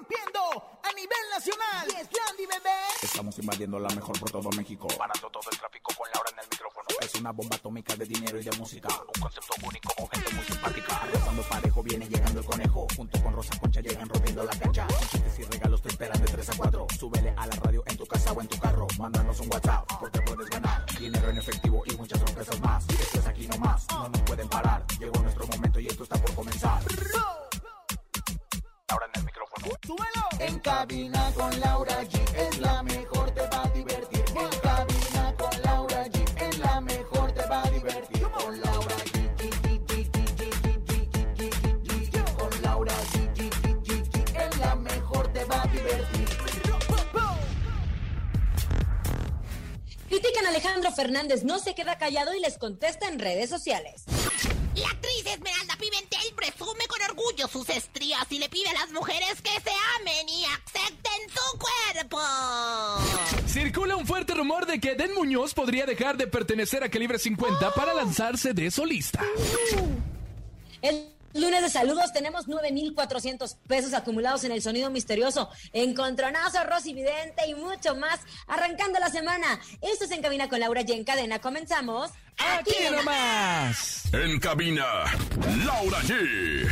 rompiendo a nivel nacional. Y es Landy, bebé. Estamos invadiendo la mejor por todo México, parando todo el tráfico con Laura en el micrófono. Es una bomba atómica de dinero y de música, un concepto único con gente muy simpática. Arrasando parejo viene llegando el conejo, junto con Rosa Concha llegan rompiendo la cancha. Con chistes y regalos te esperan de 3 a 4. Súbele a la radio en tu casa o en tu carro, mándanos un WhatsApp porque puedes ganar dinero en efectivo y muchas sorpresas más. Y esto es aquí nomás, no nos pueden parar. Llegó nuestro momento y esto está por comenzar. Laura en el micrófono. ¡Súbelo! En cabina con Laura G es la mejor, te va a divertir. En cabina con Laura G es la mejor, te va a divertir. Con Laura G. Con Laura G es la mejor, te va a divertir. Critican a Alejandro Fernández, no se queda callado y les contesta en redes sociales. La actriz Esmeralda Pimentel presume con orgullo sus estrías y le pide a las mujeres que se amen y acepten su cuerpo. Circula un fuerte rumor de que Edén Muñoz podría dejar de pertenecer a Calibre 50 para lanzarse de solista. El lunes de saludos tenemos 9,400 pesos acumulados en el sonido misterioso, encontronazo, Rosy Vidente y mucho más. Arrancando la semana, esto es En Cabina con Laura y en cadena comenzamos... ¡Aquí nomás! En cabina, Laura G.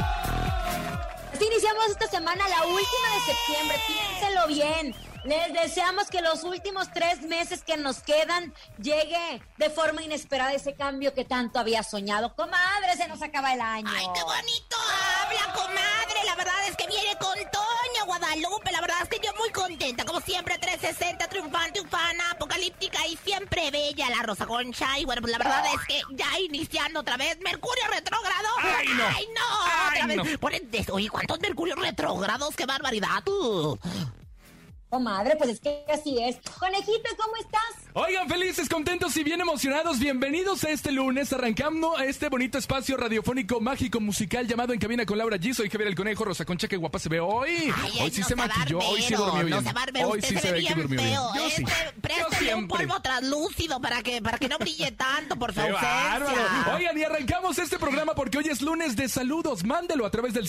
Así iniciamos esta semana, la última de septiembre, piénselo bien. Les deseamos que los últimos 3 meses que nos quedan llegue de forma inesperada ese cambio que tanto había soñado. Comadre, se nos acaba el año. ¡Ay, qué bonito habla, comadre! La verdad es que viene con Toño Guadalupe. La verdad es que yo muy contenta. Como siempre, 360, triunfante, ufana, apocalíptica y siempre bella la Rosa Concha. Y bueno, pues la verdad es que ya iniciando otra vez Mercurio retrógrado. ¡Ay, no! ¡Ay, no! ¡Ay, Otra vez. no! Oye, ¿cuántos Mercurios retrógrados? ¡Qué barbaridad, tú! Comadre, pues es que así es. Conejito, ¿cómo estás? Oigan, felices, contentos y bien emocionados. Bienvenidos a este lunes, arrancando a este bonito espacio radiofónico, mágico, musical llamado En Cabina con Laura G. Soy Javier el Conejo. Rosa Concha, qué guapa se ve hoy. Ay, Hoy sí no se maquilló, hoy sí durmió bien. No se barbero, Hoy usted sí se ve que bien durmió feo. bien. Yo sí. Préstale un polvo translúcido para que no brille tanto por su ¡Qué ausencia. bárbaro! Oigan, y arrancamos este programa porque hoy es lunes de saludos. Mándelo a través del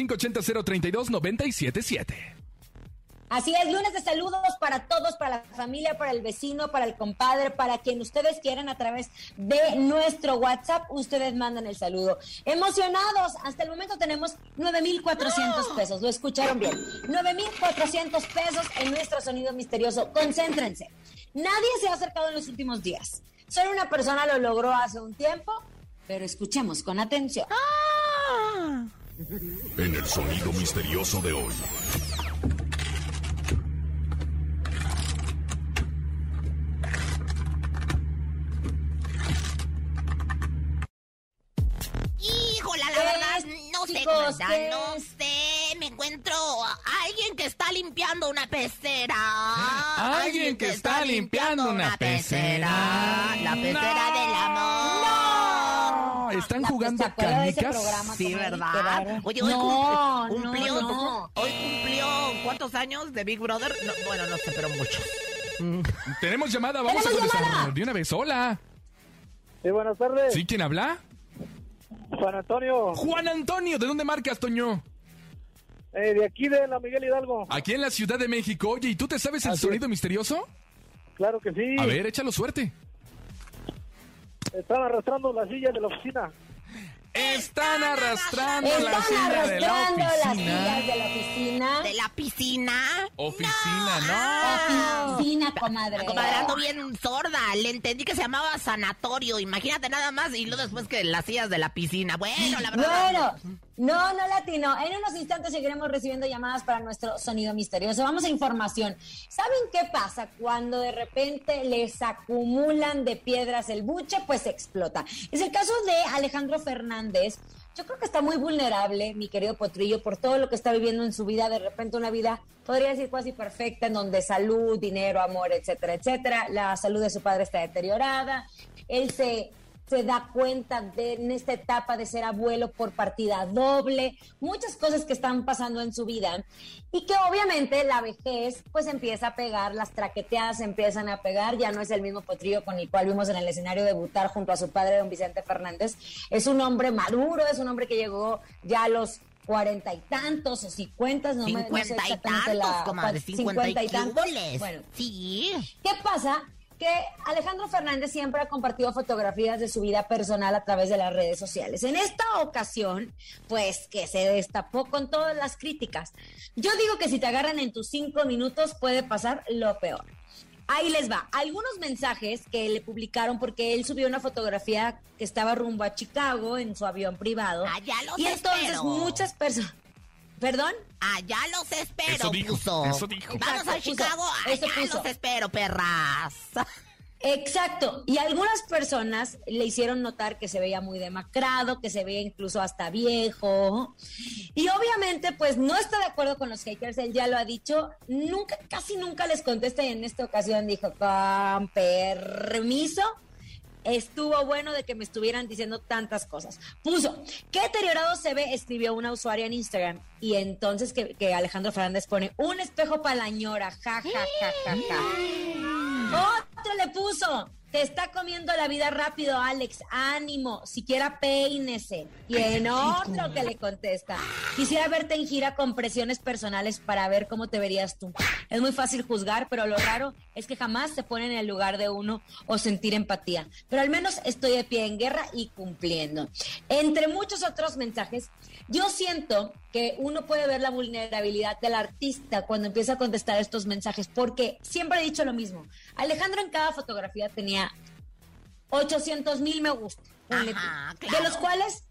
5580-032-977. Así es, lunes de saludos para todos, para la familia, para el vecino, para el compadre, para quien ustedes quieran a través de nuestro WhatsApp. Ustedes mandan el saludo. Emocionados, hasta el momento tenemos 9,400 pesos. Lo escucharon bien. 9,400 pesos en nuestro sonido misterioso. Concéntrense. Nadie se ha acercado en los últimos días. Solo una persona lo logró hace un tiempo, pero escuchemos con atención. En el sonido misterioso de hoy. Híjola, la verdad, no sé, chicos, comadre, no sé. Me encuentro a alguien que está limpiando una pecera. Alguien que está limpiando una pecera. La pecera del amor. ¡No! ¿Están jugando ¿Se acuerda de ese canicas? programa, Sí, comadre? ¿verdad? Qué bárbaro. Oye, hoy cumplió, no. hoy cumplió ¿cuántos años de Big Brother? No, bueno, no sé, pero muchos. Tenemos llamada, vamos a ¡Tenemos contestar llamada! de una vez. Hola. Sí, buenas tardes. ¿Sí? ¿Quién habla? Juan Antonio, Juan Antonio. ¿De dónde marcas, Toño? de aquí de la Miguel Hidalgo. Aquí en la Ciudad de México. Oye, ¿y tú te sabes el Así sonido misterioso? Claro que sí. A ver, échalo suerte. Están arrastrando la silla de la oficina. Están arrastrando Están la silla de la arrastrando las oficina. sillas de la oficina. ¿De la piscina? Oficina, no. Oficina, comadre. Comadre, ando bien sorda. Le entendí que se llamaba sanatorio. Imagínate nada más. Y luego después que las sillas de la piscina. Bueno, la verdad. Bueno, no latino. En unos instantes seguiremos recibiendo llamadas para nuestro sonido misterioso. Vamos a información. ¿Saben qué pasa cuando de repente les acumulan de piedras el buche? Pues explota. Es el caso de Alejandro Fernández. Yo creo que está muy vulnerable, mi querido Potrillo, por todo lo que está viviendo en su vida. De repente una vida, podría decir, casi perfecta, en donde salud, dinero, amor, etcétera, etcétera. La salud de su padre está deteriorada. Él se da cuenta en esta etapa de ser abuelo por partida doble, muchas cosas que están pasando en su vida y que obviamente la vejez pues empieza a pegar, las traqueteadas empiezan a pegar, ya no es el mismo Potrillo con el cual vimos en el escenario debutar junto a su padre, don Vicente Fernández. Es un hombre maduro, es un hombre que llegó ya a los 40 y tantos o 50, no sé 50 y exactamente tantos, comadre, 50 y tantos. Bueno, sí. ¿qué pasa? Que Alejandro Fernández siempre ha compartido fotografías de su vida personal a través de las redes sociales. En esta ocasión, pues que se destapó con todas las críticas. Yo digo que si te agarran en tus 5 minutos puede pasar lo peor. Ahí les va. Algunos mensajes que le publicaron porque él subió una fotografía que estaba rumbo a Chicago en su avión privado. Ya los y entonces espero. Muchas personas... ¿Perdón? Ya los espero, Eso dijo, puso. eso dijo. Vamos a Chicago, eso ya puso. los espero, perras. Exacto, y algunas personas le hicieron notar que se veía muy demacrado, que se veía incluso hasta viejo, y obviamente pues no está de acuerdo con los haters, él ya lo ha dicho, casi nunca les contesta, y en esta ocasión dijo, con permiso, estuvo bueno de que me estuvieran diciendo tantas cosas. Puso, ¿qué deteriorado se ve? Escribió una usuaria en Instagram, y entonces que Alejandro Fernández pone, un espejo para la ñora, ja, ja, ja, ja, ja. Otro le puso, te está comiendo la vida rápido, Alex, ánimo, siquiera peínese. Y en otro que le contesta, quisiera verte en gira con presiones personales para ver cómo te verías tú. Es muy fácil juzgar, pero lo raro es que jamás se pone en el lugar de uno o sentir empatía. Pero al menos estoy de pie en guerra y cumpliendo. Entre muchos otros mensajes, yo siento que uno puede ver la vulnerabilidad del artista cuando empieza a contestar estos mensajes, porque siempre he dicho lo mismo. Alejandro en cada fotografía tenía 800,000 me gusta, Ajá, claro. de los cuales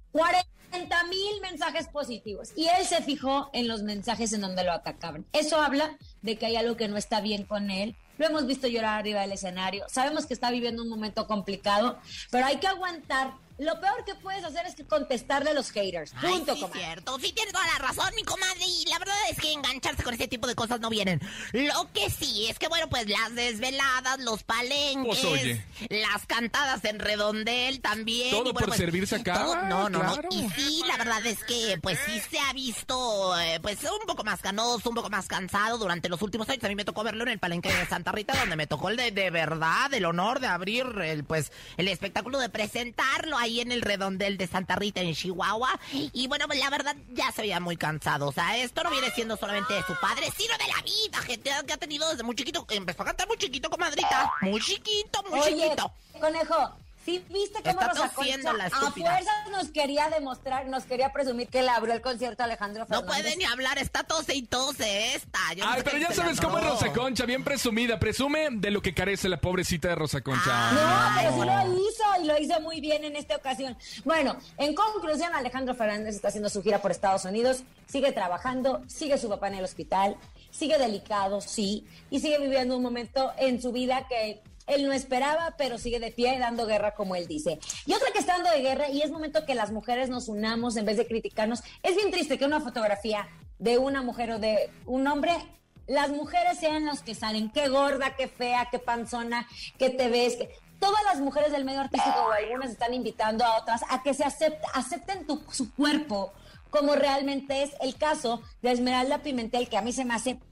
40,000 mensajes positivos. Y él se fijó en los mensajes en donde lo atacaban. Eso habla de que hay algo que no está bien con él. Lo hemos visto llorar arriba del escenario. Sabemos que está viviendo un momento complicado, pero hay que aguantar. Lo peor que puedes hacer es que contestarle a los haters. Punto, sí, comadre. cierto. Sí, tienes toda la razón, mi comadre. Y la verdad es que engancharse con ese tipo de cosas no vienen. Lo que sí es que, bueno, pues las desveladas, los palenques, Pues, oye. las cantadas en redondel también. Todo y bueno, por pues, servirse acá. No. Claro. Y sí, la verdad es que, pues sí se ha visto, pues un poco más canoso, un poco más cansado durante los últimos años. A mí me tocó verlo en el palenque de Santa Rita, donde me tocó de verdad, el honor de abrir el espectáculo, de presentarlo ahí en el redondel de Santa Rita en Chihuahua. Y bueno, pues la verdad ya se veía muy cansado. O sea, esto no viene siendo solamente de su padre, sino de la vida que ha tenido desde muy chiquito. Empezó a cantar muy chiquito, comadrita. Muy chiquito, muy Oye, chiquito. Conejo, ¿sí viste cómo Está Rosa tosiendo Concha la a estúpida. fuerzas nos quería demostrar, nos quería presumir que le abrió el concierto a Alejandro No Fernández? puede ni hablar, está tose y tose esta. Yo no Ay, sé pero qué ya se sabes le cómo es atoró. Rosa Concha, bien presumida. Presume de lo que carece la pobrecita de Rosa Concha. No, pero sí lo hizo y lo hizo muy bien en esta ocasión. Bueno, en conclusión, Alejandro Fernández está haciendo su gira por Estados Unidos, sigue trabajando, sigue su papá en el hospital, sigue delicado, sí, y sigue viviendo un momento en su vida que él no esperaba, pero sigue de pie dando guerra, como él dice. Y otra que está dando de guerra, y es momento que las mujeres nos unamos en vez de criticarnos. Es bien triste que una fotografía de una mujer o de un hombre, las mujeres sean los que salen. Qué gorda, qué fea, qué panzona, qué te ves. Todas las mujeres del medio artístico o algunas están invitando a otras a que se acepten su cuerpo como realmente es. El caso de Esmeralda Pimentel, que a mí se me hace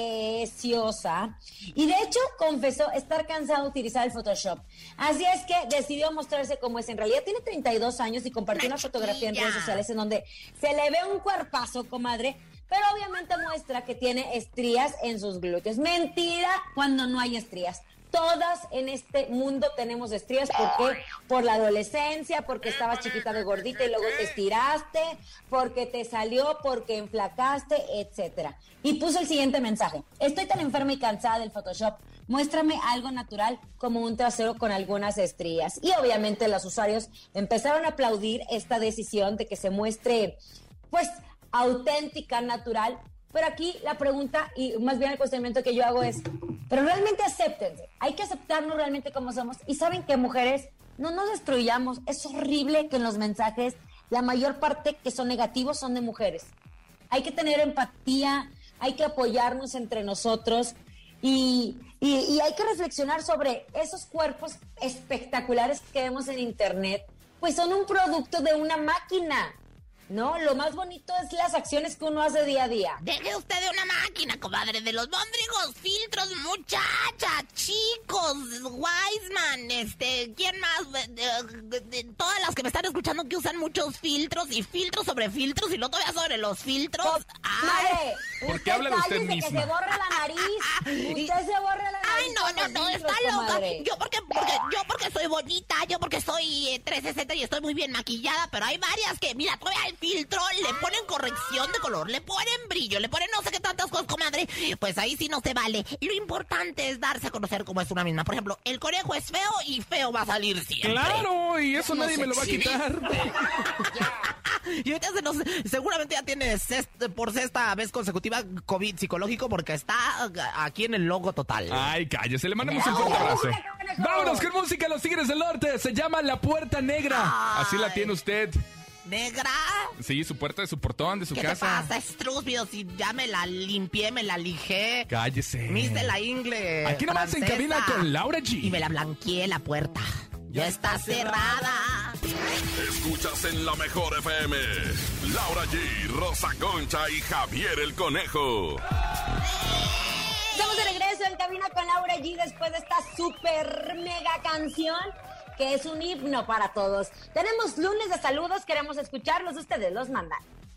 preciosa, y de hecho confesó estar cansada de utilizar el Photoshop. Así es que decidió mostrarse como es. En realidad tiene 32 años y compartió una fotografía en redes sociales en donde se le ve un cuerpazo, comadre, pero obviamente muestra que tiene estrías en sus glúteos. Mentira cuando no hay estrías. Todas en este mundo tenemos estrías. ¿Por qué? Por la adolescencia, porque estabas chiquita de gordita y luego te estiraste, porque te salió, porque enflacaste, etcétera. Y puso el siguiente mensaje: estoy tan enferma y cansada del Photoshop, muéstrame algo natural como un trasero con algunas estrías. Y obviamente los usuarios empezaron a aplaudir esta decisión de que se muestre, pues, auténtica, natural. Pero aquí la pregunta, y más bien el cuestionamiento que yo hago es, pero realmente acéptense, hay que aceptarnos realmente como somos. Y saben que, mujeres, no nos destruyamos. Es horrible que en los mensajes la mayor parte que son negativos son de mujeres. Hay que tener empatía, hay que apoyarnos entre nosotros y hay que reflexionar sobre esos cuerpos espectaculares que vemos en internet, pues son un producto de una máquina. No, lo más bonito es las acciones que uno hace día a día. Deje usted de una máquina, comadre, de los móndrigos, filtros, muchacha, chicos, Wiseman, ¿quién más? De todas las que me están escuchando que usan muchos filtros y filtros sobre filtros y luego todavía sobre los filtros. Madre, ¿por qué habla de usted misma? Que se borra la nariz. Usted se borra la nariz. Ay, no, está loca. Comadre. Yo porque soy bonita, yo porque soy 360 y estoy muy bien maquillada, pero hay varias que, mira, todavía el filtro le ponen corrección de color, le ponen brillo, le ponen no sé qué tantas cosas, comadre. Pues ahí sí no se vale. Lo importante es darse a conocer como es una misma. Por ejemplo, el conejo es feo y feo va a salir siempre. Claro, y eso nadie me lo va a quitar. Y ahorita seguramente ya tiene por sexta vez consecutiva COVID psicológico porque está aquí en el logo total. Ay, cállese, le mandamos un fuerte abrazo. Vámonos con música, Los Tigres del Norte. Se llama La Puerta Negra. Así la tiene usted. ¿Negra? Sí, su puerta de su portón, de su casa. ¿Qué te pasa, estúpido? Si ya me la limpié, me la lijé. Cállese. Viste la ingle Aquí nomás se encamina con Laura G. Y me la blanqueé la puerta. Ya está cerrada. Escuchas en la mejor FM. Laura G, Rosa Concha y Javier el Conejo. Estamos de regreso en Cabina con Laura G después de esta super mega canción que es un himno para todos. Tenemos lunes de saludos, queremos escucharlos, ustedes los mandan.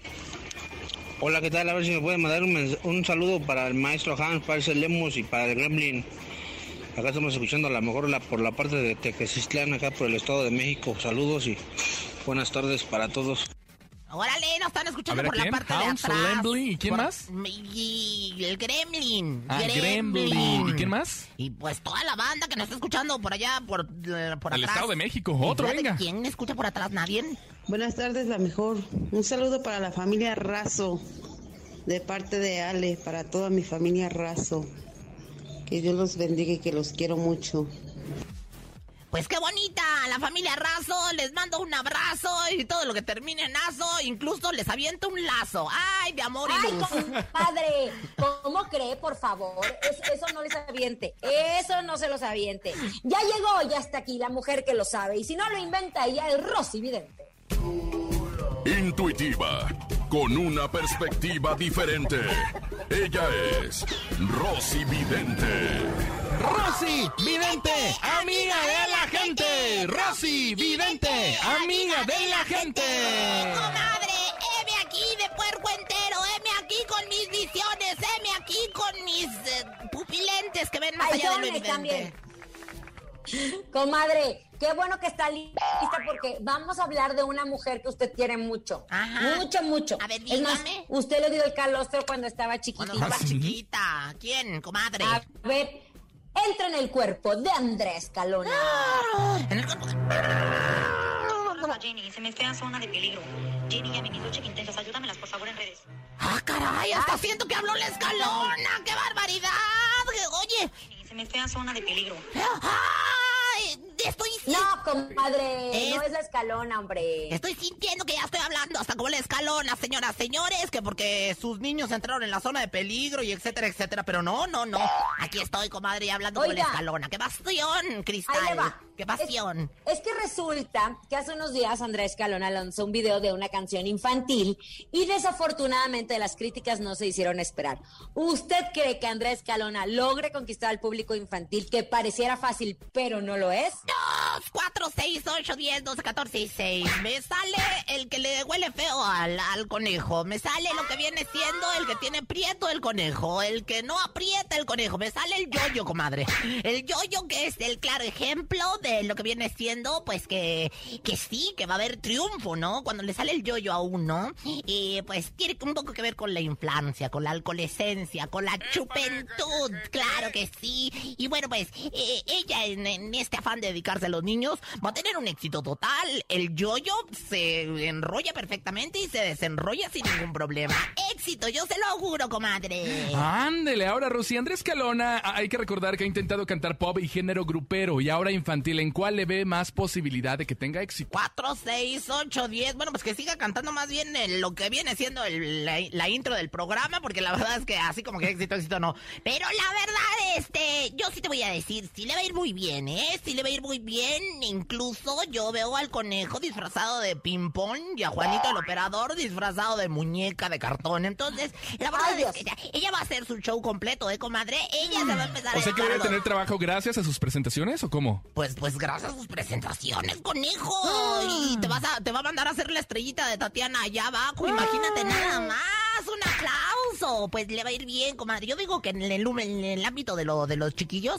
Hola, ¿qué tal? A ver si me pueden mandar un saludo para el maestro Hans, para ese Lemus y para el Gremlin. Acá estamos escuchando a lo mejor por la parte de Tequesistlán, acá por el Estado de México. Saludos y buenas tardes para todos. Órale, nos están escuchando por ¿quién? la parte Hounds, de atrás. Lembley, ¿y quién más? Y el Gremlin. Gremlin. ¿Y quién más? Y pues toda la banda que nos está escuchando por allá, por atrás. El Estado de México, otro, venga. ¿Quién escucha por atrás? ¿Nadie? Buenas tardes, la mejor. Un saludo para la familia Razo, de parte de Ale, para toda mi familia Razo. Que Dios los bendiga y que los quiero mucho. Pues qué bonita, la familia Razo, les mando un abrazo y todo lo que termine en azo, incluso les aviento un lazo. Ay, de amor y luz. Ay, compadre, ¿cómo cree, por favor? Eso no les aviente, eso no se los aviente. Ya llegó, ya está aquí la mujer que lo sabe, y si no lo inventa ella es Rosy Vidente. Intuitiva, con una perspectiva diferente. Ella es Rosy Vidente. Rosy Vidente, amiga de la gente. Rosy Vidente, amiga de la gente. Comadre, heme aquí de puerco entero, heme aquí con mis visiones, heme aquí con mis pupilentes que ven más allá de lo evidente. También. Comadre, qué bueno que está lista porque vamos a hablar de una mujer que usted quiere mucho. Ajá. Mucho. A ver, es más, dígame. usted le dio el calostro cuando estaba chiquitita. Cuando estaba chiquita. ¿Quién, comadre? A ver, entra en el cuerpo de Andrés Calona. En el cuerpo. Hola, Jenny, se me fea zona de peligro. Jenny y amiguitos chiquintesos, ayúdamelas por favor en redes. ¡Ah, caray! ¡Hasta siento que habló la Escalona! ¡Qué barbaridad! Oye. Jenny, se me fea zona de peligro. ¡Ay! Estoy... No, comadre, no es la Escalona, hombre. Estoy sintiendo que ya estoy hablando hasta como la Escalona, señoras, señores, que porque sus niños entraron en la zona de peligro y etcétera, etcétera, pero no. Aquí estoy, comadre, hablando como la Escalona. ¡Qué pasión, Cristal! Ahí le va. ¡Qué pasión! Es que resulta que hace unos días Andrés Calona lanzó un video de una canción infantil y desafortunadamente las críticas no se hicieron esperar. ¿Usted cree que Andrés Calona logre conquistar al público infantil que pareciera fácil, pero no lo es? 2, 4, 6, 8, 10, 12, 14 y 6. Me sale el que le huele feo al conejo. Me sale lo que viene siendo el que tiene prieto el conejo. El que no aprieta el conejo. Me sale el yoyo, comadre. El yoyo que es el claro ejemplo de lo que viene siendo, pues que sí, que va a haber triunfo, ¿no? Cuando le sale el yoyo a uno, pues tiene un poco que ver con la infancia, con la alcoholescencia, con la juventud. Claro que sí. Y bueno, pues ella en este afán de dedicarse a los niños va a tener un éxito total. El yoyo se enrolla perfectamente y se desenrolla sin ningún problema. Éxito, yo se lo auguro, comadre. Ándele, ahora Rosy, Andrés Calona, hay que recordar que ha intentado cantar pop y género grupero y ahora infantil Mariel, ¿en cuál le ve más posibilidad de que tenga éxito? 4, 6, 8, 10. Bueno, pues que siga cantando más bien lo que viene siendo la intro del programa, porque la verdad es que así como que éxito no. Pero la verdad, yo sí te voy a decir, sí le va a ir muy bien, ¿eh? Sí le va a ir muy bien. Incluso yo veo al conejo disfrazado de ping-pong y a Juanito el operador disfrazado de muñeca de cartón. Entonces, la verdad es que ella va a hacer su show completo, comadre. Ella se va a empezar O sea que voy a tener trabajo gracias a sus presentaciones, ¿o cómo? Pues gracias a sus presentaciones, conejo. Y te va a mandar a hacer la estrellita de Tatiana allá abajo. Imagínate nada más. Un aplauso. Pues le va a ir bien, comadre. Yo digo que en el ámbito de los chiquillos,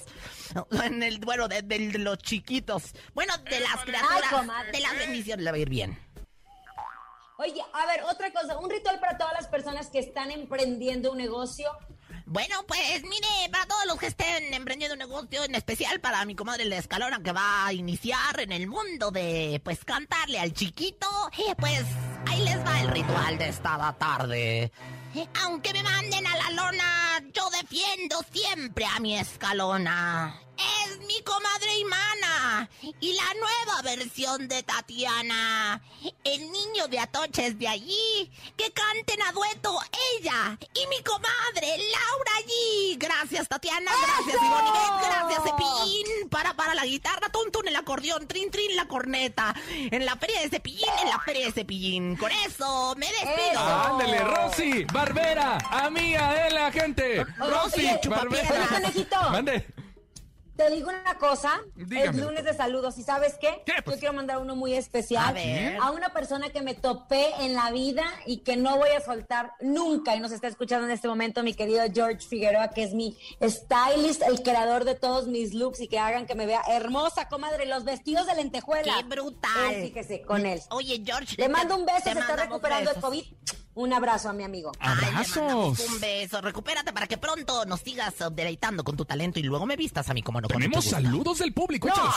de los chiquitos, de las criaturas, de las bendiciones, le va a ir bien. Oye, a ver, otra cosa, un ritual para todas las personas que están emprendiendo un negocio. Bueno, pues mire, para todos los que estén emprendiendo un negocio, en especial para mi comadre La Escalona, que va a iniciar en el mundo de, pues, cantarle al chiquito, pues ahí les va el ritual de esta tarde. Aunque me manden a la lona, yo defiendo siempre a mi Escalona. Es mi comadre Imana y la nueva versión de Tatiana. El niño de Atocha es de allí. Que canten a dueto ella y mi comadre Laura G. Gracias, Tatiana. Gracias, Ivonne. Gracias, Cepillín. Para la guitarra, tuntun el acordeón, trin trin la corneta. En la feria de Cepillín, Con eso me despido. Ándale, Rosy Barbera, amiga de la gente. Rosy Barbera. Oye, conejito. Mande. Te digo una cosa, Dígame. Es lunes de saludos, ¿y sabes qué? ¿Qué? Pues, yo quiero mandar uno muy especial a ver. a una persona que me topé en la vida y que no voy a soltar nunca, y nos está escuchando en este momento mi querido George Figueroa, que es mi stylist, el creador de todos mis looks y que hagan que me vea hermosa, comadre, los vestidos de lentejuela. ¡Qué brutal! Fíjese, con él. Oye, George, Le mando un beso, se está mandamos recuperando besos. el COVID. Un abrazo a mi amigo. Ay, le ¡Abrazos! mandamos un beso. Recupérate para que pronto nos sigas deleitando con tu talento y luego me vistas a mí como no. con Tenemos mucho gusto. saludos del público, échalos.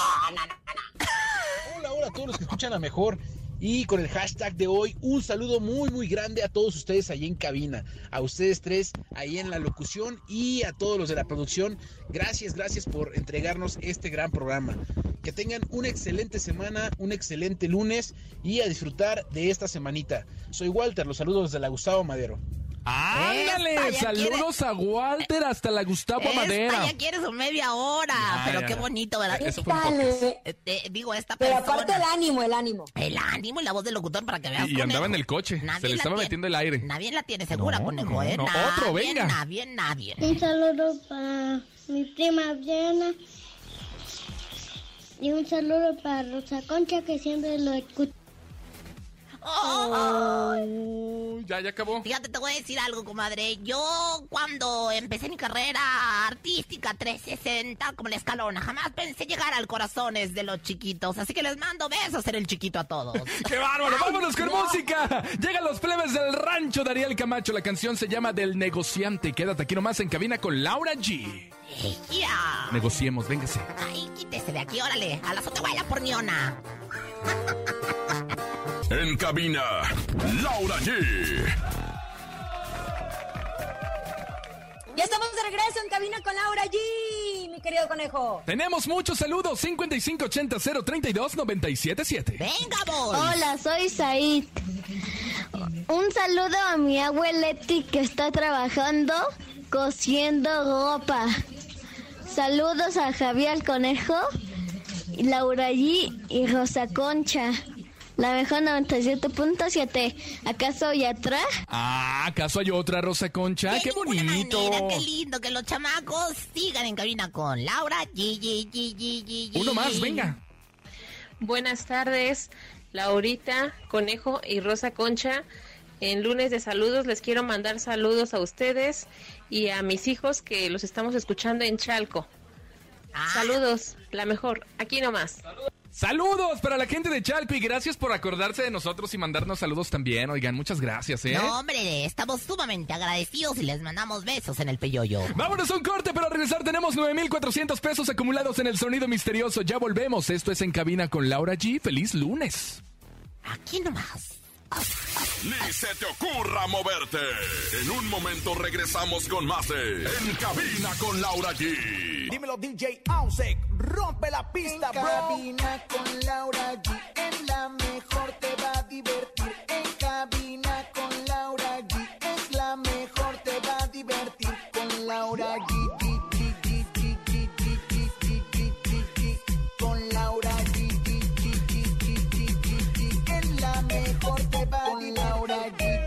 Hola a todos los que escuchan a Mejor. Y con el hashtag de hoy, un saludo muy muy grande a todos ustedes ahí en cabina, a ustedes tres ahí en la locución y a todos los de la producción. Gracias por entregarnos este gran programa. Que tengan una excelente semana, un excelente lunes y a disfrutar de esta semanita. Soy Walter, los saludos desde la Gustavo Madero. ¡Ándale! Esta ya Saludos a Walter hasta la Gustavo Madera. Ya quiere su media hora, pero qué bonito, ¿verdad? Eso fue un poco. Digo, esta Pero persona. aparte el ánimo. El ánimo y la voz del locutor para que veas. Y andaba conejo. en el coche, Nadie se le la estaba tiene- metiendo el aire. Nadie la tiene segura, conejo, ¿eh? no, otro, venga. Nadie. Un saludo para mi prima Diana y un saludo para Rosa Concha, que siempre lo escucha. Ya acabó. Fíjate, te voy a decir algo, comadre. Yo, cuando empecé mi carrera artística 360, como La Escalona, jamás pensé llegar al corazones de los chiquitos. Así que les mando besos en el chiquito a todos. ¡Qué bárbaro! ¡Vámonos con música! Llegan los plebes del rancho de Ariel Camacho. La canción se llama Del Negociante. Quédate aquí nomás en cabina con Laura G. ¡Ya! Negociemos, véngase. Ay, quítese de aquí, órale. A la azotehuela porniona. En cabina, Laura G. Ya estamos de regreso en cabina con Laura G, mi querido conejo. Tenemos muchos saludos. 5580-032-977. ¡Venga, vos! Hola, soy Said. Un saludo a mi abueleti que está trabajando cosiendo ropa. Saludos a Javier el Conejo, Laura G y Rosa Concha. La mejor 97.7. ¿Acaso hay atrás? Ah, ¿acaso hay otra Rosa Concha? ¡Qué bonito! Manera, qué lindo que los chamacos sigan en cabina con Laura G. Uno más, venga. Buenas tardes, Laurita, Conejo y Rosa Concha. En lunes de saludos les quiero mandar saludos a ustedes y a mis hijos que los estamos escuchando en Chalco. Saludos, la mejor, aquí nomás. Saludos para la gente de Chalco y gracias por acordarse de nosotros y mandarnos saludos también. Oigan, muchas gracias, ¿eh? No, hombre, estamos sumamente agradecidos y les mandamos besos en el peyoyo. Vámonos a un corte, pero al regresar tenemos 9,400 pesos acumulados en el sonido misterioso. Ya volvemos. Esto es En Cabina con Laura G. ¡Feliz lunes! Aquí nomás. Ni se te ocurra moverte. En un momento regresamos con más de En Cabina con Laura G. Dímelo, DJ Ausek, rompe. rompe la pista, bro. En cabina con Laura G, es la mejor, te va a divertir. En cabina con Laura G, es la mejor, te va a divertir. Con Laura G. Con Laura G, es la mejor, te va a divertir. Con Laura G.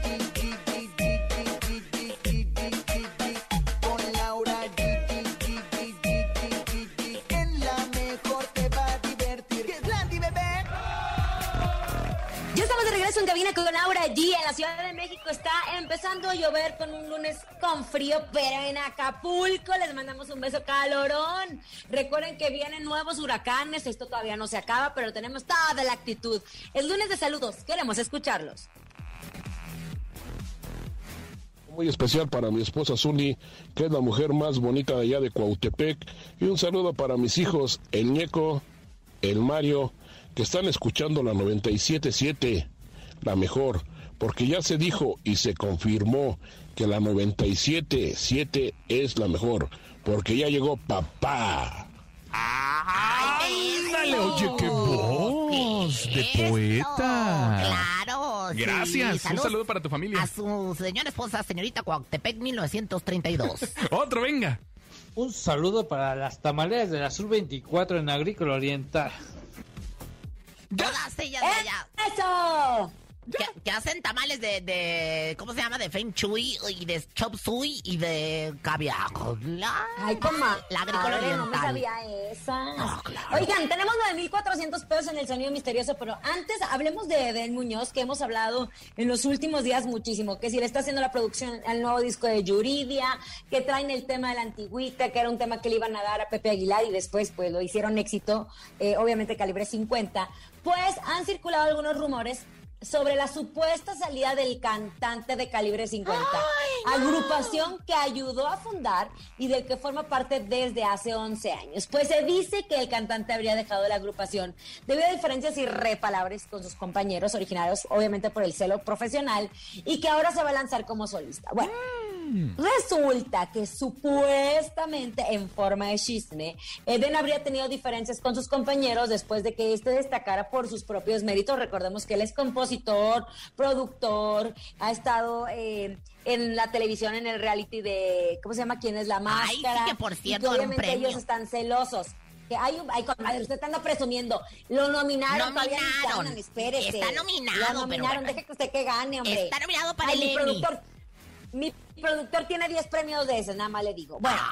En cabina con Laura G. En la Ciudad de México está empezando a llover con un lunes con frío, pero en Acapulco les mandamos un beso calorón. Recuerden que vienen nuevos huracanes, esto todavía no se acaba, pero tenemos toda la actitud. Es lunes de saludos, queremos escucharlos. Muy especial para mi esposa Zuli, que es la mujer más bonita de allá de Cuautepec, y un saludo para mis hijos, el Ñeco, el Mario, que están escuchando la 97.7. La mejor, porque ya se dijo y se confirmó que la 97.7 es la mejor, porque ya llegó papá. ¡Ándale! Oye, qué voz de poeta. Claro. Gracias. Sí, un saludo para tu familia. A su señora esposa, señorita Cuauhtepec 1932. Otro, venga. Un saludo para las tamaleras de la Sur 24 en Agrícola Oriental. Todas ellas de allá. ¡Eso! Que hacen tamales de ¿cómo se llama? De Feng Shui y de Chop Suey y de caviar. Ay, coma. La Agrícola Oriental. No me sabía esa. No, claro. Oigan, tenemos 9,400 pesos en el sonido misterioso, pero antes hablemos de Eden Muñoz, que hemos hablado en los últimos días muchísimo, que si le está haciendo la producción al nuevo disco de Yuridia, que traen el tema de la antigüita, que era un tema que le iban a dar a Pepe Aguilar y después pues lo hicieron éxito, obviamente Calibre 50, pues han circulado algunos rumores sobre la supuesta salida del cantante de Calibre 50, agrupación que ayudó a fundar y del que forma parte desde hace 11 años. Pues se dice que el cantante habría dejado la agrupación debido a diferencias y repalabres con sus compañeros originarios, obviamente por el celo profesional, y que ahora se va a lanzar como solista. Bueno, resulta que supuestamente, en forma de chisme, Eden habría tenido diferencias con sus compañeros después de que este destacara por sus propios méritos. Recordemos que él es compositor, productor, ha estado en la televisión, en el reality de, ¿cómo se llama? ¿Quién es la máscara? Ay, sí, que por cierto, y obviamente un premio. ellos están celosos. Que comadre, usted está presumiendo. Lo nominaron. Todavía no ganan, espérese. Está nominado. Lo nominaron, pero deje que usted que gane, hombre. Está nominado para el Emmy. Mi productor tiene 10 premios de ese, nada más le digo. Bueno,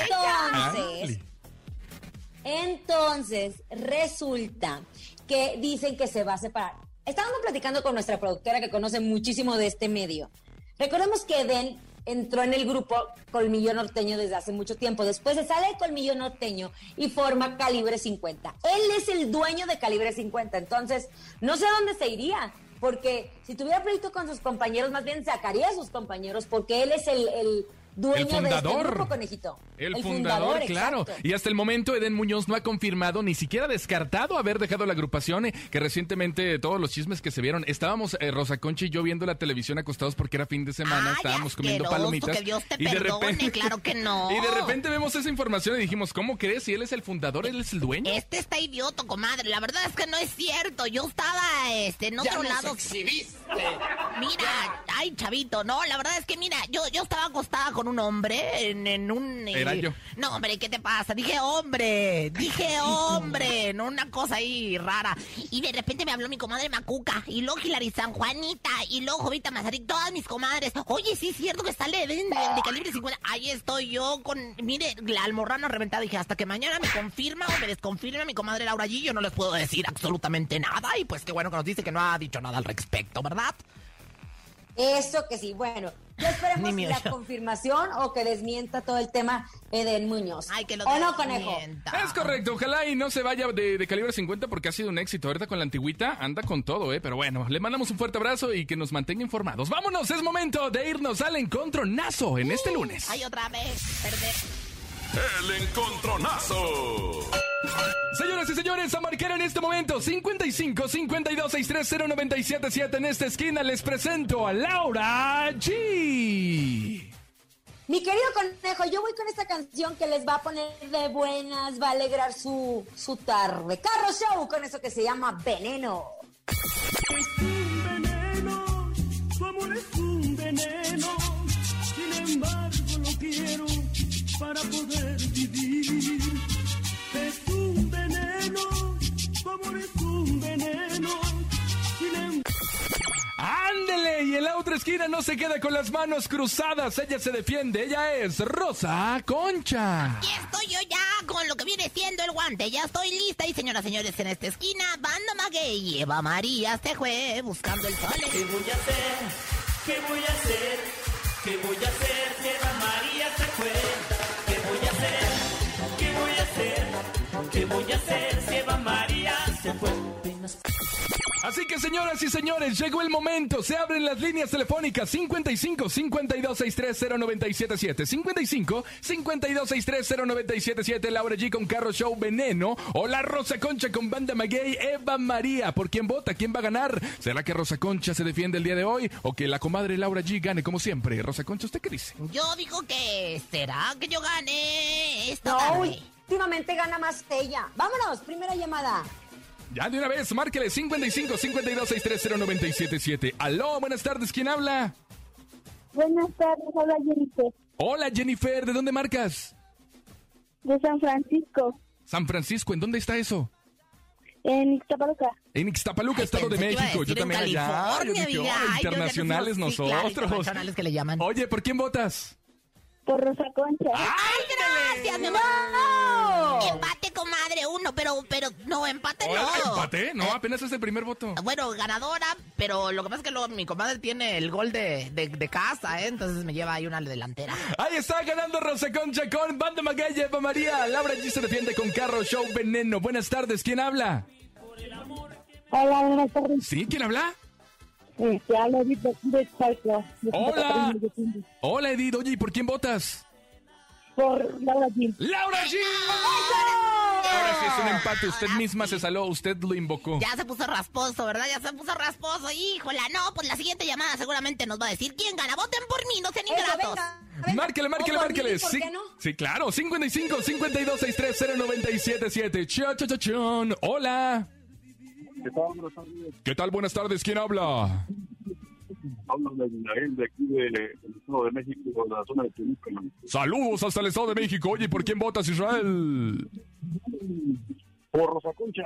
entonces resulta que dicen que se va a separar. Estábamos platicando con nuestra productora que conoce muchísimo de este medio. Recordemos que Eden entró en el grupo Colmillo Norteño desde hace mucho tiempo. Después se sale de Colmillo Norteño y forma Calibre 50. Él es el dueño de Calibre 50, entonces no sé a dónde se iría. Porque si tuviera pleito con sus compañeros, más bien sacaría a sus compañeros, porque él es el dueño de este grupo, conejito. El fundador, claro. Exacto. Y hasta el momento Eden Muñoz no ha confirmado, ni siquiera descartado haber dejado la agrupación, que recientemente todos los chismes que se vieron, estábamos Rosa Concha y yo viendo la televisión acostados porque era fin de semana, estábamos comiendo palomitas. Que Dios te y perdone, de repente, claro que no. Y de repente vemos esa información y dijimos, ¿cómo crees? Si él es el fundador, él es el dueño. Este está idiota, comadre. La verdad es que no es cierto. Yo estaba en otro lado. Exhibiste. Mira, ay, chavito, no, la verdad es que mira, yo estaba acostada con un hombre en un... Era yo. No, hombre, ¿qué te pasa? Dije hombre, no, una cosa ahí rara. Y de repente me habló mi comadre Macuca, y luego Hilary San Juanita, y luego Jovita Mazarik, todas mis comadres. Oye, sí es cierto que sale de Calibre 50. Ahí estoy yo con, mire, la almorrana reventada. Dije, hasta que mañana me confirma o me desconfirma mi comadre Laura G, yo no les puedo decir absolutamente nada. Y pues qué bueno que nos dice que no ha dicho nada al respecto, ¿verdad? Eso que sí, bueno, ya esperemos la confirmación o que desmienta todo el tema Eden Muñoz. Ay, que lo ¿O no, conejo? Es correcto, ojalá y no se vaya de Calibre 50 porque ha sido un éxito. Ahorita con la antigüita anda con todo, pero bueno, le mandamos un fuerte abrazo y que nos mantenga informados. Vámonos, es momento de irnos al encontronazo en este lunes. Ay, otra vez, perder. El encontronazo. Señoras y señores, a marcar en este momento 55 52 630 977. En esta esquina les presento a Laura G. Mi querido Conejo, yo voy con esta canción que les va a poner de buenas, va a alegrar su tarde. Carro Show con eso que se llama Veneno. Es un veneno, tu amor es un veneno, sin embargo lo quiero para poder vivir. Es un veneno, tu amor es un veneno, sin embargo... ¡Ándele! Y en la otra esquina no se queda con las manos cruzadas. Ella se defiende. Ella es Rosa Concha. Aquí estoy yo ya con lo que viene siendo el guante. Ya estoy lista. Y señoras, señores, en esta esquina, Banda Maguey y Eva María se fue buscando el sol. ¿Qué voy a hacer? ¿Qué voy a hacer? ¿Qué voy a hacer si Eva María se fue? ¿Qué voy a hacer? ¿Qué voy a hacer? ¿Qué voy a hacer si Eva María se fue? Así que, señoras y señores, llegó el momento. Se abren las líneas telefónicas 55 52 63 0977, 55 52 63 0977. Laura G con Carro Show Veneno. O la Rosa Concha con Banda Maguey, Eva María. ¿Por quién vota? ¿Quién va a ganar? ¿Será que Rosa Concha se defiende el día de hoy? ¿O que la comadre Laura G gane como siempre? Rosa Concha, ¿usted qué dice? Yo digo que será que yo gane esta No, tarde. últimamente gana más ella. Vámonos, primera llamada. Ya de una vez, márquele 55 52 63 0977. Aló, buenas tardes, ¿quién habla? Buenas tardes, hola Jennifer. Hola Jennifer, ¿de dónde marcas? De San Francisco. San Francisco, ¿en dónde está eso? En Ixtapaluca. En Ixtapaluca, Estado de México. Yo también allá. Yo dije, oh, internacionales nosotros. Claro, internacionales que le llaman. Oye, ¿por quién votas? Por Rosa Concha. ¡Ay, gracias, mi amor! Empate, comadre, uno, pero no, empate no. ¿Empate? No, apenas es el primer voto. Bueno, ganadora, pero lo que pasa es que mi comadre tiene el gol de casa, entonces me lleva ahí una delantera. Ahí está ganando Rosa Concha con Banda Maguey, Eva María. Laura G se defiende con Carro Show Veneno. Buenas tardes, ¿quién habla? Hola, buenas tardes. ¿Sí? ¿Quién habla? Te hablo de Chaco. Hola. Hola, Edith. Oye, ¿y por quién votas? Por Laura G. ¡Laura G! Ahora sí es un empate. Usted misma se saló. Usted lo invocó. Ya se puso rasposo, ¿verdad? Ya se puso rasposo. Híjola, no, pues la siguiente llamada seguramente nos va a decir quién gana. Voten por mí, no sean ingratos. Márquele. Mí, ¿por qué no? Sí, claro. 55 52 63 0977. Chon. Hola. ¿Qué tal? Buenas tardes. ¿Quién habla? Hablo de Israel, de aquí del Estado de México, de la zona de Toluca. Saludos hasta el Estado de México. Oye, ¿por quién votas, Israel? Por Rosa Concha.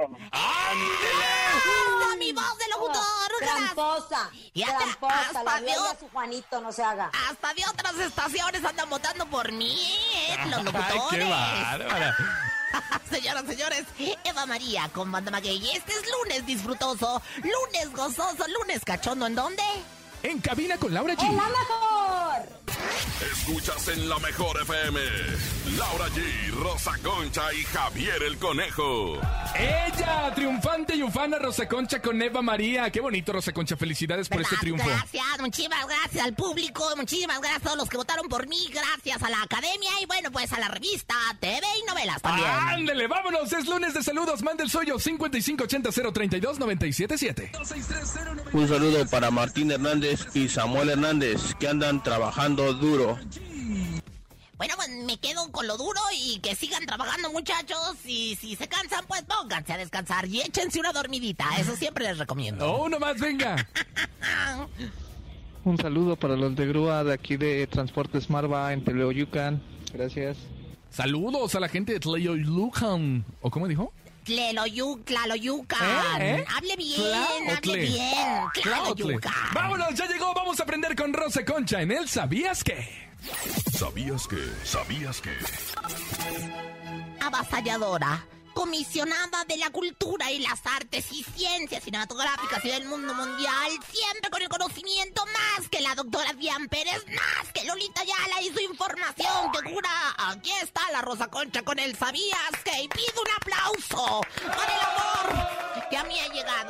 ¡Ándale! ¡Mi voz de locutor! Tramposa. Tramposa. La veo a su Juanito, no se haga. Hasta de otras estaciones andan votando por mí, los locutores. ¡Ay, qué bárbara! Señoras, señores, Eva María con Banda Maguey. Este es lunes disfrutoso, lunes gozoso, lunes cachondo. ¿En dónde? En cabina con Laura G. ¡En la mejor! Escuchas en la mejor FM. Laura G, Rosa Concha y Javier el Conejo. Ella, triunfante y ufana Rosa Concha con Eva María. Qué bonito, Rosa Concha. Felicidades por este triunfo. Gracias, muchísimas gracias al público. Muchísimas gracias a todos los que votaron por mí. Gracias a la academia y bueno, pues a la revista TV y novelas también. ¡Ándele, vámonos! Es lunes de saludos. Manda el suyo 5580-032-977. Un saludo para Martín Hernández y Samuel Hernández, que andan trabajando duro. Bueno, pues me quedo con lo duro y que sigan trabajando, muchachos. Y si se cansan, pues pónganse a descansar y échense una dormidita. Eso siempre les recomiendo. ¡Oh, uno más, venga! Un saludo para los de grúa de aquí de Transportes Marva en Tlayoyucan. Gracias. Saludos a la gente de Tlayoyucan. ¿O cómo dijo? Tlayoyucan. Hable bien, hable bien. Tlayoyucan. Vámonos, ya llegó. Vamos a aprender con Rosa Concha en el ¿Sabías qué? ¿Sabías qué? ¿Sabías qué? Avasalladora, comisionada de la cultura y las artes y ciencias cinematográficas y del mundo mundial, siempre con el conocimiento más que la doctora Dian Pérez, más que Lolita Ayala y su información que cura. Aquí está la Rosa Concha con el ¿Sabías qué? Y pido un aplauso por el amor que a mí ha llegado.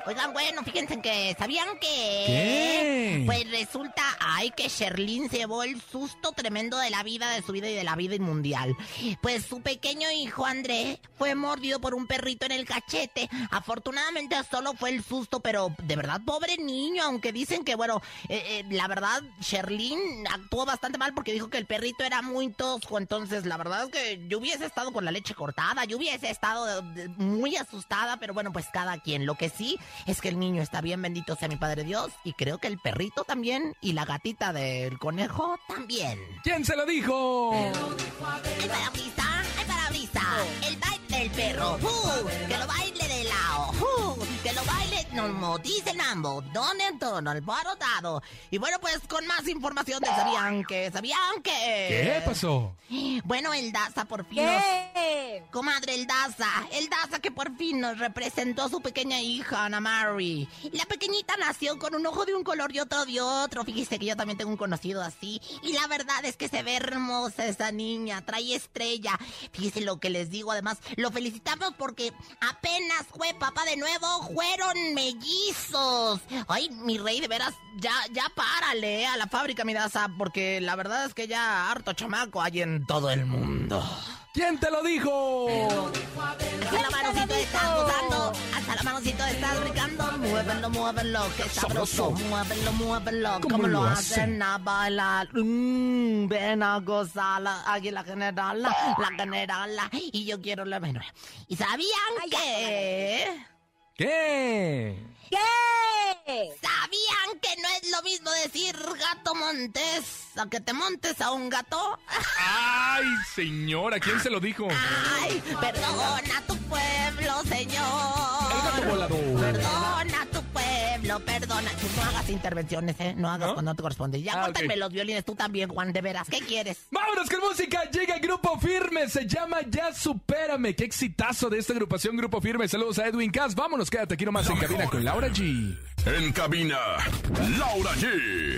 Oigan, bueno, fíjense que, ¿sabían que? ¿Qué? Pues resulta, que Sherlyn se llevó el susto tremendo de la vida, de su vida y de la vida mundial. Pues su pequeño hijo André fue mordido por un perrito en el cachete. Afortunadamente solo fue el susto, pero de verdad, pobre niño, aunque dicen que, bueno, la verdad, Sherlyn actuó bastante mal porque dijo que el perrito era muy tosco. Entonces, la verdad es que yo hubiese estado con la leche cortada, yo hubiese estado muy asustada, pero bueno, pues cada quien. Lo que sí es que el niño está bien, bendito sea mi Padre Dios, y creo que el perrito también, y la gatita del conejo también. ¿Quién se lo dijo? ¡Ay, parabrisa! ¡Ay, parabrisa! El baile del perro, que lo baile de lado, que lo baile, no dice Nambo, don en tono, alborotado. Y bueno, pues con más información de ¿sabían que? ¿Qué pasó? Bueno, el Daza por fin Comadre, el Daza que por fin nos representó a su pequeña hija, Ana Mary. La pequeñita nació con un ojo de un color y otro de otro. Fíjese que yo también tengo un conocido así. Y la verdad es que se ve hermosa esa niña, trae estrella. Fíjese lo que les digo, además, lo felicitamos porque apenas fue papá de nuevo, fueron mellizos. Ay, mi rey, de veras, ya párale a la fábrica, mi Daza, porque la verdad es que ya harto chamaco hay en todo el mundo. ¿Quién te lo dijo? Hasta la manocito estás gozando, hasta la manocito estás brincando. Muévelo, que sabroso. Muévelo, como lo hacen a bailar. Ven a gozar, aquí la general. Y yo quiero la menor. ¿Y sabían que? ¿Qué? ¿Sabían que no es lo mismo decir gato montés a que te montes a un gato? ¡Ay, señora! ¿Quién se lo dijo? ¡Ay, perdona tu pueblo, señor! ¡El gato volador! Perdona tu pueblo, perdona. Tú no hagas intervenciones, no hagas cuando no te corresponde. Ya córtame los violines tú también, Juan, de veras. ¿Qué quieres? ¡Vámonos con música! Llega el Grupo Firme, se llama Ya Supérame. ¡Qué exitazo de esta agrupación, Grupo Firme! Saludos a Edwin Cass. Vámonos, quédate aquí nomás en cabina con Laura G. En cabina, Laura G.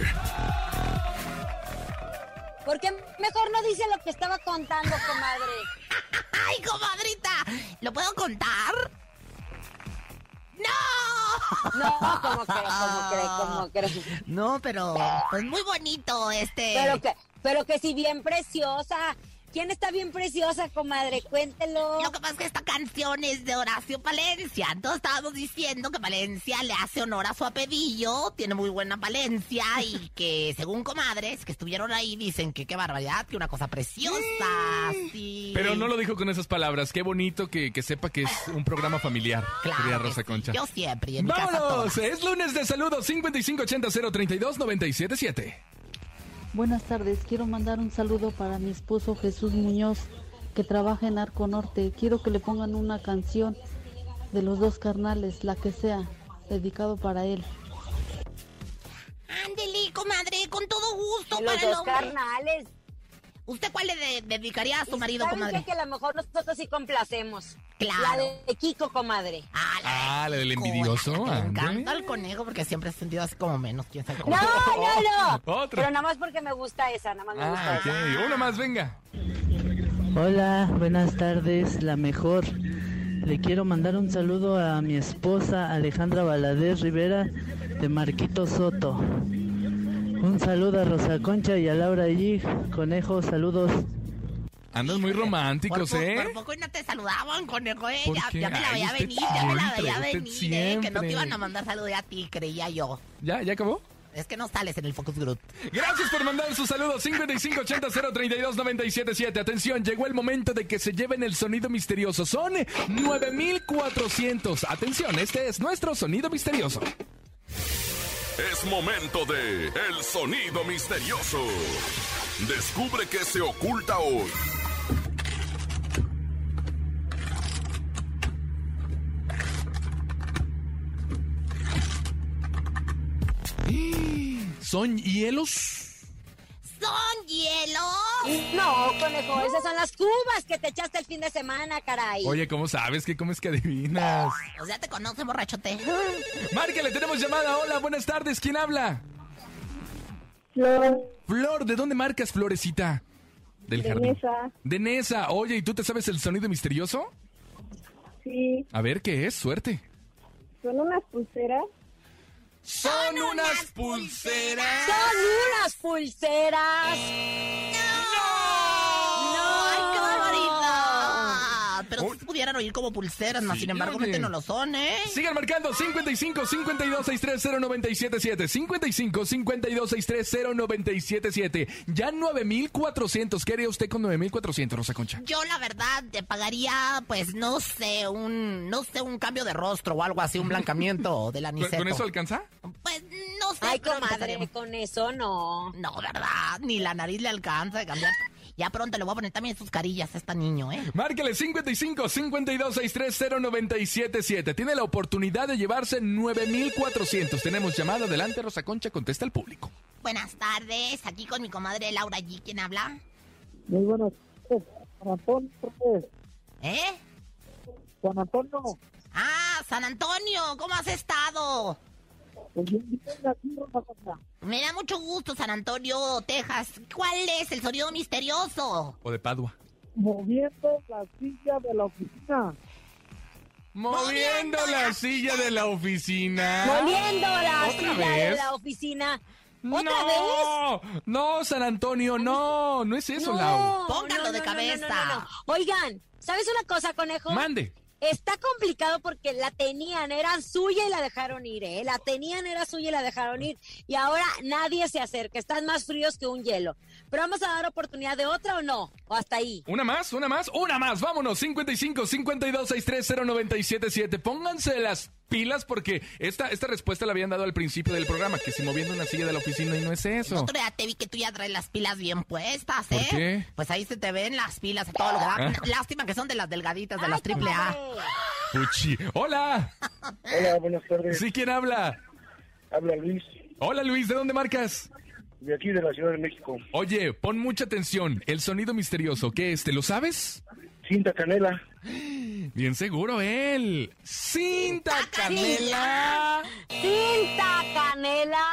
¿Por qué mejor no dice lo que estaba contando, comadre? ¡Ay, comadrita! ¿Lo puedo contar? ¡No! No, ¿cómo crees? No, pero pues muy bonito Pero que si bien preciosa. ¿Quién está bien preciosa, comadre? Cuéntelo. Lo que pasa es que esta canción es de Horacio Palencia. Entonces estábamos diciendo que Palencia le hace honor a su apellido. Tiene muy buena Palencia. Y que según comadres que estuvieron ahí dicen que qué barbaridad, que una cosa preciosa. Sí. Pero no lo dijo con esas palabras. Qué bonito que sepa que es un programa familiar. Claro. Querida Rosa Concha. Yo siempre. Y en mi casa ¡vámonos! Es lunes de saludos. 5580-032-977. Buenas tardes, quiero mandar un saludo para mi esposo Jesús Muñoz, que trabaja en Arco Norte. Quiero que le pongan una canción de Los Dos Carnales, la que sea, dedicado para él. Ándele, comadre, con todo gusto. Los Dos Carnales. ¿Usted cuál le dedicaría a su marido, comadre? Que a lo mejor nosotros sí complacemos. Claro. La de Kiko, comadre. La del envidioso. Me encanta el conejo porque siempre he sentido así como menos. ¿Quién sabe cómo? No. Otro. Pero nada más porque me gusta esa, nada más me gusta esa. Uno más, venga. Hola, buenas tardes, la mejor. Le quiero mandar un saludo a mi esposa Alejandra Valadez Rivera de Marquito Soto. Un saludo a Rosa Concha y a Laura G. Conejo, saludos. Andan muy románticos, Por poco y no te saludaban, conejo, Ya me la veía Usted venir, ya me la veía usted venir, siempre. que no te iban a mandar saludos a ti, creía yo. ¿Ya acabó? Es que no sales en el Focus Group. Gracias por mandar sus saludos. 5580-032-977. Atención, llegó el momento de que se lleven el sonido misterioso. Son 9400. Atención, este es nuestro sonido misterioso. Es momento de El Sonido Misterioso. Descubre qué se oculta hoy. ¿Son hielos? ¿Son hielos? No, conejo, esas son las cubas que te echaste el fin de semana, caray. Oye, ¿cómo sabes? ¿Cómo es que adivinas? O sea, te conoce, borrachote. Márquele, tenemos llamada. Hola, buenas tardes. ¿Quién habla? Flor. Flor, ¿de dónde marcas, Florecita? Del jardín. Nesa. De Nesa. Oye, ¿y tú te sabes el sonido misterioso? Sí. A ver, ¿qué es? Suerte. ¿Son unas pulseras? ¡Son unas pulseras! ¡Son unas pulseras! ¡Ay, qué barbaridad! Pero si pudieran oír como pulseras, más sin embargo, oye. no lo son, ¿eh? Sigan marcando 55 52 630 977 55 52 630 977. Ya 9,400. ¿Qué haría usted con 9,400, Rosa Concha? Yo, la verdad, te pagaría, pues, no sé, un cambio de rostro o algo así, un blancamiento del aniceto. ¿Con eso alcanza? Pues, no sé. Ay, pero comadre, empezaría- con eso no. No, ¿verdad? Ni la nariz le alcanza de cambiar. Ya pronto le voy a poner también sus carillas a esta niño, ¿eh? Márquele 55 52 630 977. Tiene la oportunidad de llevarse 9,400. Tenemos llamada. Adelante, Rosa Concha, contesta al público. Buenas tardes, aquí con mi comadre Laura G. ¿Quién habla? Muy buenas tardes. San Antonio, pues. ¿Eh? San Antonio. Ah, San Antonio, ¿cómo has estado? Pues bien, bien, aquí, Rosa Concha. Me da mucho gusto, San Antonio, Texas. ¿Cuál es el sonido misterioso? O de Padua. Moviendo la silla de la oficina. Moviendo la silla de la oficina. Moviendo la ¿Otra silla vez? de la oficina. ¿Otra No, no, San Antonio, no es eso, Lau. Póngalo de cabeza. no. Oigan, ¿sabes una cosa, conejo? Mande. Está complicado porque la tenían, era suya y la dejaron ir, ¿eh? La tenían, era suya y la dejaron ir. Y ahora nadie se acerca, están más fríos que un hielo. ¿Pero vamos a dar oportunidad de otra o no? ¿O hasta ahí? Una más. Vámonos, 55 52 630 977. Pónganse las pilas porque esta respuesta la habían dado al principio del programa, que si moviendo una silla de la oficina y no es eso. Otro día te vi que tú ya traes las pilas bien puestas, ¿eh? ¿Por qué? Pues ahí se te ven las pilas a todo lo que da. Lástima que son de las delgaditas, de las triple A. Puchi. Hola. Hola, buenas tardes. ¿Sí, quién habla? Habla Luis, Hola, Luis, ¿de dónde marcas? de aquí de la Ciudad de México. Oye, pon mucha atención. El sonido misterioso, ¿qué es? ¿Te lo sabes? Cinta canela. Bien seguro él. ¡Cinta canela! ¡Cinta canela!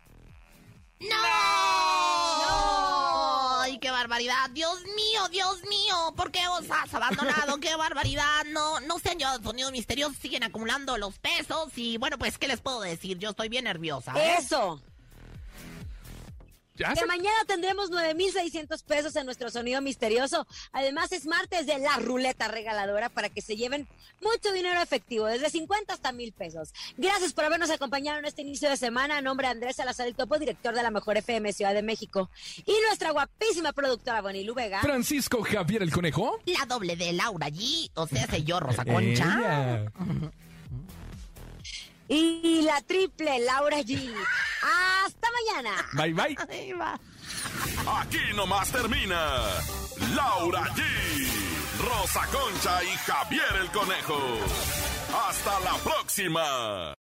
¡No! ¡Ay, qué barbaridad! ¡Dios mío! ¿Por qué os has abandonado? ¡Qué barbaridad! No se han llevado sonido misterioso, siguen acumulando los pesos y bueno, pues, ¿qué les puedo decir? Yo estoy bien nerviosa, ¿eh? ¡Eso! ¿Ya Que se- mañana tendremos 9,600 pesos en nuestro sonido misterioso. Además, es martes de la ruleta regaladora para que se lleven mucho dinero efectivo, desde 50 hasta 1,000 pesos. Gracias por habernos acompañado en este inicio de semana. A nombre de Andrés Salazar, el topo director de la Mejor FM Ciudad de México. Y nuestra guapísima productora Bonilu Vega. Francisco Javier el Conejo. La doble de Laura G, o sea, soy yo, Rosa Concha. Ella. Y la triple Laura G. Hasta mañana. Bye, bye. Ahí va. Aquí nomás termina Laura G, Rosa Concha y Javier el Conejo. Hasta la próxima.